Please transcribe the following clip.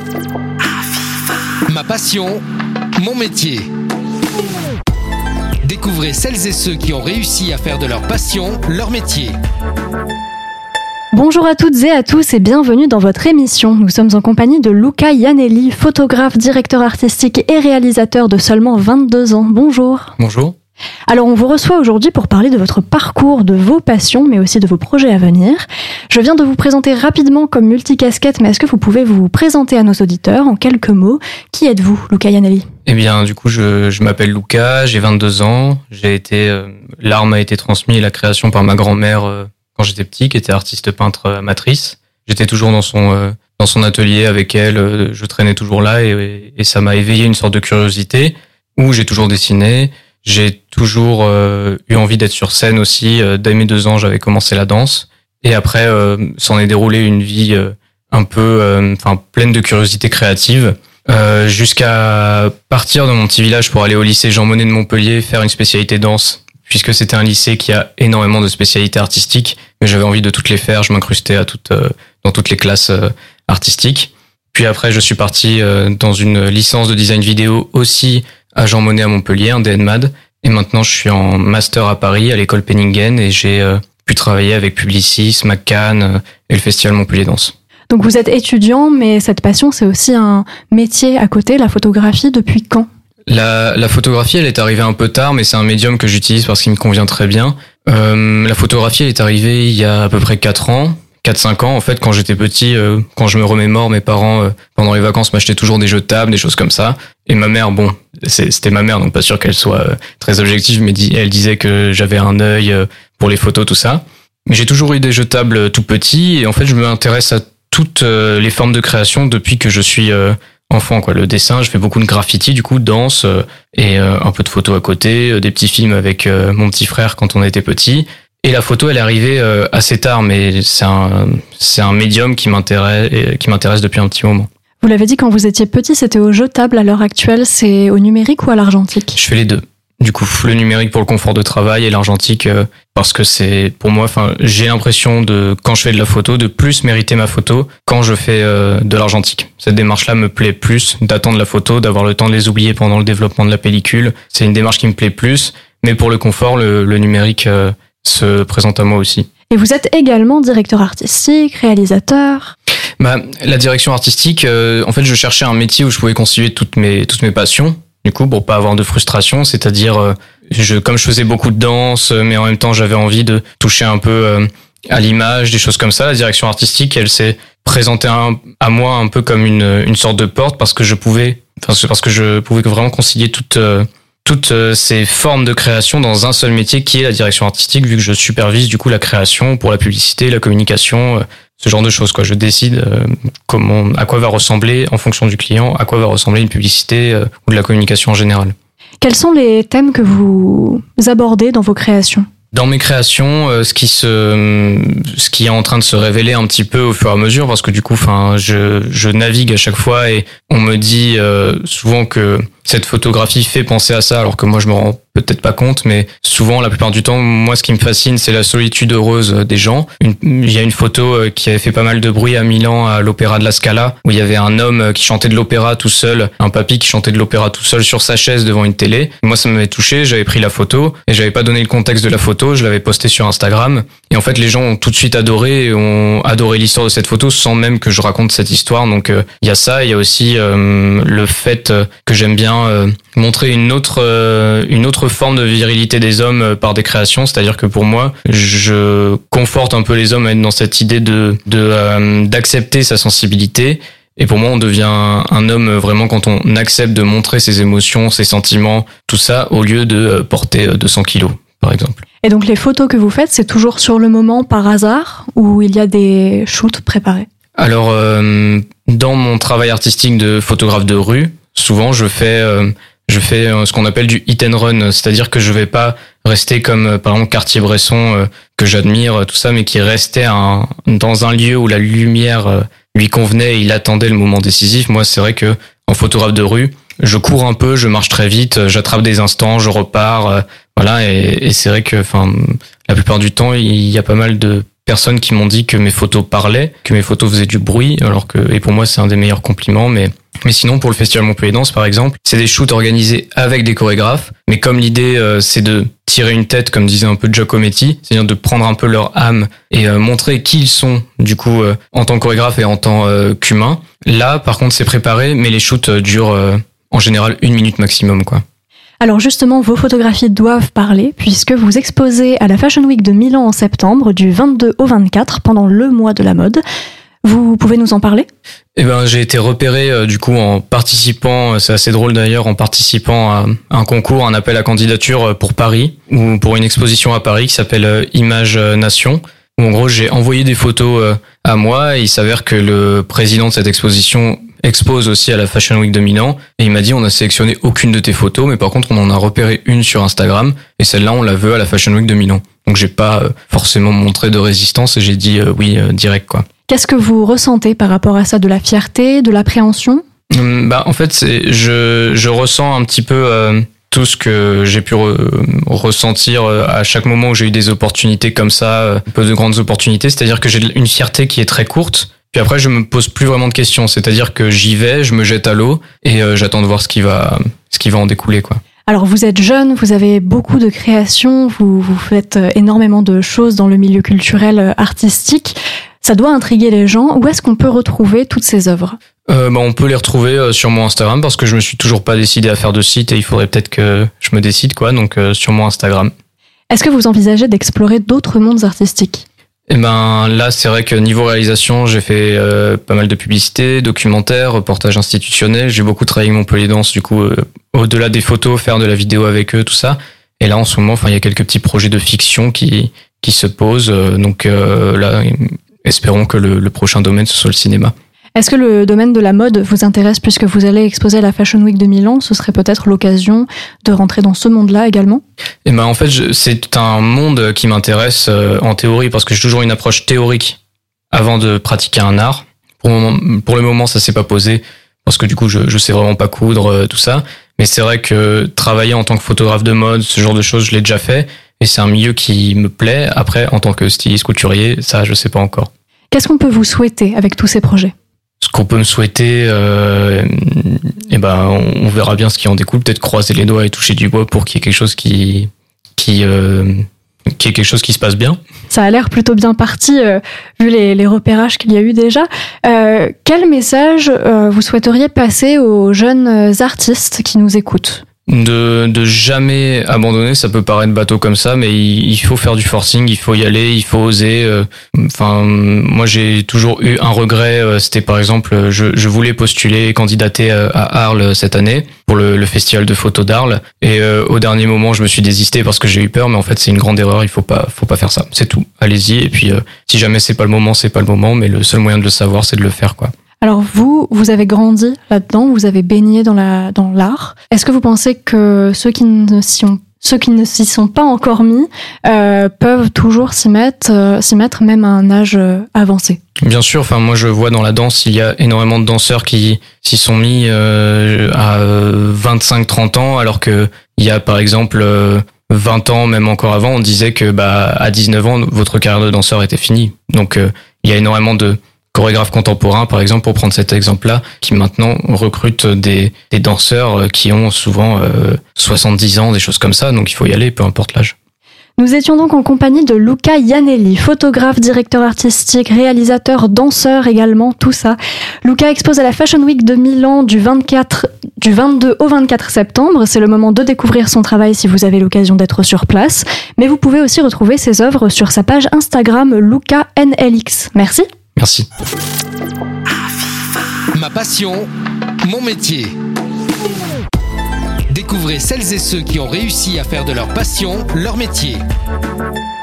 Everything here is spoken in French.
Ma passion, mon métier. Découvrez celles et ceux qui ont réussi à faire de leur passion leur métier. Bonjour à toutes et à tous et bienvenue dans votre émission. Nous sommes en compagnie de Luca Iannelli, photographe, directeur artistique et réalisateur de seulement 22 ans. Bonjour. Bonjour. Alors on vous reçoit aujourd'hui pour parler de votre parcours, de vos passions, mais aussi de vos projets à venir. Je viens de vous présenter rapidement comme multicasquette, mais est-ce que vous pouvez vous présenter à nos auditeurs en quelques mots? Qui êtes-vous, Luca Iannelli? Eh bien, du coup, je m'appelle Luca, j'ai 22 ans. L'art m'a été transmis, la création par ma grand-mère quand j'étais petit, qui était artiste peintre amatrice. J'étais toujours dans son atelier avec elle, je traînais toujours là et ça m'a éveillé une sorte de curiosité où j'ai toujours dessiné. J'ai toujours eu envie d'être sur scène aussi. Dès mes 2 ans, j'avais commencé la danse. Et après, s'en est déroulé une vie un peu pleine de curiosité créative. Jusqu'à partir de mon petit village pour aller au lycée Jean Monnet de Montpellier, faire une spécialité danse, puisque c'était un lycée qui a énormément de spécialités artistiques. Mais j'avais envie de toutes les faire. Je m'incrustais dans toutes les classes artistiques. Puis après, je suis parti dans une licence de design vidéo aussi à Jean Monnet à Montpellier, un DNMAD. Et maintenant, je suis en master à Paris, à l'école Penningen, et j'ai pu travailler avec Publicis, McCann et le Festival Montpellier Danse. Donc vous êtes étudiant, mais cette passion, c'est aussi un métier à côté, la photographie. Depuis quand? La photographie, elle est arrivée un peu tard, mais c'est un médium que j'utilise parce qu'il me convient très bien. La photographie, elle est arrivée il y a à peu près 4-5 ans, en fait, quand j'étais petit, quand je me remémore, mes parents, pendant les vacances, m'achetaient toujours des jeux de table, des choses comme ça. Et ma mère, c'était ma mère, donc pas sûr qu'elle soit très objective, mais elle disait que j'avais un œil pour les photos, tout ça. Mais j'ai toujours eu des jeux de table tout petits, et en fait, je m'intéresse à toutes les formes de création depuis que je suis enfant, quoi. Le dessin, je fais beaucoup de graffiti, du coup, danse, et un peu de photos à côté, des petits films avec mon petit frère quand on était petit. Et la photo, elle est arrivée assez tard, mais c'est un médium qui m'intéresse depuis un petit moment. Vous l'avez dit, quand vous étiez petit, c'était au jeu de table. À l'heure actuelle, c'est au numérique ou à l'argentique? Je fais les deux. Du coup, le numérique pour le confort de travail et l'argentique parce que c'est, pour moi, j'ai l'impression quand je fais de la photo, de plus mériter ma photo quand je fais de l'argentique. Cette démarche-là me plaît plus, d'attendre la photo, d'avoir le temps de les oublier pendant le développement de la pellicule. C'est une démarche qui me plaît plus, mais pour le confort, le numérique se présente à moi aussi. Et vous êtes également directeur artistique, réalisateur? La direction artistique, en fait, je cherchais un métier où je pouvais concilier toutes mes passions, du coup, pour pas avoir de frustration, c'est-à-dire, comme je faisais beaucoup de danse, mais en même temps, j'avais envie de toucher un peu à l'image, des choses comme ça. La direction artistique, elle s'est présentée à moi un peu comme une sorte de porte parce que je pouvais vraiment concilier toutes ces formes de création dans un seul métier qui est la direction artistique, vu que je supervise du coup la création pour la publicité, la communication, ce genre de choses, quoi. Je décide à quoi va ressembler, en fonction du client, à quoi va ressembler une publicité ou de la communication en général. Quels sont les thèmes que vous abordez dans vos créations? Dans mes créations, ce qui est en train de se révéler un petit peu au fur et à mesure, parce que du coup, je navigue à chaque fois et on me dit souvent que cette photographie fait penser à ça, alors que moi je me rends peut-être pas compte, mais souvent, la plupart du temps, moi ce qui me fascine, c'est la solitude heureuse des gens. Il y a une photo qui avait fait pas mal de bruit à Milan, à l'Opéra de la Scala, où il y avait un homme qui chantait de l'opéra tout seul, un papy qui chantait de l'opéra tout seul sur sa chaise devant une télé. Moi ça m'avait touché, j'avais pris la photo et j'avais pas donné le contexte de la photo, je l'avais postée sur Instagram. Et en fait, les gens ont tout de suite adoré l'histoire de cette photo sans même que je raconte cette histoire. Donc il y a ça, il y a aussi le fait que j'aime bien montrer une autre forme de virilité des hommes par des créations, c'est-à-dire que pour moi, je conforte un peu les hommes à être dans cette idée d'accepter sa sensibilité. Et pour moi, on devient un homme vraiment quand on accepte de montrer ses émotions, ses sentiments, tout ça, au lieu de porter 200 kilos, par exemple. Et donc les photos que vous faites, c'est toujours sur le moment, par hasard, ou il y a des shoots préparés? Alors, dans mon travail artistique de photographe de rue, souvent je fais ce qu'on appelle du hit and run, c'est-à-dire que je vais pas rester comme par exemple Cartier-Bresson que j'admire tout ça, mais qui restait dans un lieu où la lumière lui convenait et il attendait le moment décisif. Moi, c'est vrai que en photographe de rue, je cours un peu, je marche très vite, j'attrape des instants, je repars, voilà, et c'est vrai que la plupart du temps, il y a pas mal de personnes qui m'ont dit que mes photos parlaient, que mes photos faisaient du bruit, et pour moi c'est un des meilleurs compliments, mais sinon pour le Festival Montpellier Danse par exemple, c'est des shoots organisés avec des chorégraphes, mais comme l'idée c'est de tirer une tête, comme disait un peu Giacometti, c'est-à-dire de prendre un peu leur âme et montrer qui ils sont du coup en tant que chorégraphe et en tant qu'humain. Là par contre c'est préparé, mais les shoots durent en général 1 minute maximum quoi. Alors justement, vos photographies doivent parler puisque vous exposez à la Fashion Week de Milan en septembre, du 22 au 24, pendant le mois de la mode. Vous pouvez nous en parler ? J'ai été repéré du coup en participant, c'est assez drôle d'ailleurs, en participant à un concours, un appel à candidature pour Paris, ou pour une exposition à Paris qui s'appelle Image Nation, où en gros j'ai envoyé des photos à moi et il s'avère que le président de cette exposition expose aussi à la Fashion Week de Milan et il m'a dit on a sélectionné aucune de tes photos mais par contre on en a repéré une sur Instagram et celle-là on la veut à la Fashion Week de Milan. Donc j'ai pas forcément montré de résistance et j'ai dit oui direct quoi. Qu'est-ce que vous ressentez par rapport à ça? De la fierté, de l'appréhension? En fait je ressens un petit peu tout ce que j'ai pu ressentir à chaque moment où j'ai eu des opportunités comme ça, un peu de grandes opportunités, c'est-à-dire que j'ai une fierté qui est très courte. Puis après, je me pose plus vraiment de questions. C'est-à-dire que j'y vais, je me jette à l'eau et j'attends de voir ce qui va en découler, quoi. Alors, vous êtes jeune, vous avez beaucoup de créations, vous faites énormément de choses dans le milieu culturel, artistique. Ça doit intriguer les gens. Où est-ce qu'on peut retrouver toutes ces œuvres ? On peut les retrouver sur mon Instagram parce que je me suis toujours pas décidé à faire de site et il faudrait peut-être que je me décide, quoi. Donc, sur mon Instagram. Est-ce que vous envisagez d'explorer d'autres mondes artistiques ? Là, c'est vrai que niveau réalisation, j'ai fait pas mal de publicités, documentaires, reportages institutionnels. J'ai beaucoup travaillé avec Montpellier Danse, du coup, au-delà des photos, faire de la vidéo avec eux, tout ça. Et là, en ce moment, il y a quelques petits projets de fiction qui se posent. Donc là, espérons que le prochain domaine, ce soit le cinéma. Est-ce que le domaine de la mode vous intéresse puisque vous allez exposer à la Fashion Week de Milan? Ce serait peut-être l'occasion de rentrer dans ce monde-là également? En fait, c'est un monde qui m'intéresse en théorie parce que j'ai toujours une approche théorique avant de pratiquer un art. Pour le moment, ça s'est pas posé parce que du coup, je sais vraiment pas coudre, tout ça. Mais c'est vrai que travailler en tant que photographe de mode, ce genre de choses, je l'ai déjà fait et c'est un milieu qui me plaît. Après, en tant que styliste couturier, ça, je sais pas encore. Qu'est-ce qu'on peut vous souhaiter avec tous ces projets? Ce qu'on peut me souhaiter, on verra bien ce qui en découle. Peut-être croiser les doigts et toucher du bois pour qu'il y ait quelque chose qui se passe bien. Ça a l'air plutôt bien parti, vu les repérages qu'il y a eu déjà. Quel message vous souhaiteriez passer aux jeunes artistes qui nous écoutent ? De jamais abandonner, ça peut paraître bateau comme ça, mais il faut faire du forcing, il faut y aller, il faut oser. Moi j'ai toujours eu un regret, c'était par exemple, je voulais postuler, candidater à Arles cette année pour le festival de photos d'Arles, et au dernier moment je me suis désisté parce que j'ai eu peur, mais en fait c'est une grande erreur, il faut pas faire ça, c'est tout. Allez-y, et puis si jamais c'est pas le moment, c'est pas le moment, mais le seul moyen de le savoir c'est de le faire, quoi. Alors vous avez grandi là-dedans, vous avez baigné dans l'art. Est-ce que vous pensez que ceux qui ne s'y sont pas encore mis peuvent toujours s'y mettre même à un âge avancé? Bien sûr, moi je vois dans la danse, il y a énormément de danseurs qui s'y sont mis à 25-30 ans, alors que il y a par exemple 20 ans, même encore avant, on disait que à 19 ans, votre carrière de danseur était finie. Donc il y a énormément de chorégraphes contemporains, par exemple, pour prendre cet exemple-là, qui maintenant recrutent des danseurs qui ont souvent 70 ans, des choses comme ça, donc il faut y aller, peu importe l'âge. Nous étions donc en compagnie de Luca Iannelli, photographe, directeur artistique, réalisateur, danseur également, tout ça. Luca expose à la Fashion Week de Milan du 22 au 24 septembre. C'est le moment de découvrir son travail si vous avez l'occasion d'être sur place. Mais vous pouvez aussi retrouver ses œuvres sur sa page Instagram LucaNLX. Merci. Merci. Ma passion, mon métier. Découvrez celles et ceux qui ont réussi à faire de leur passion leur métier.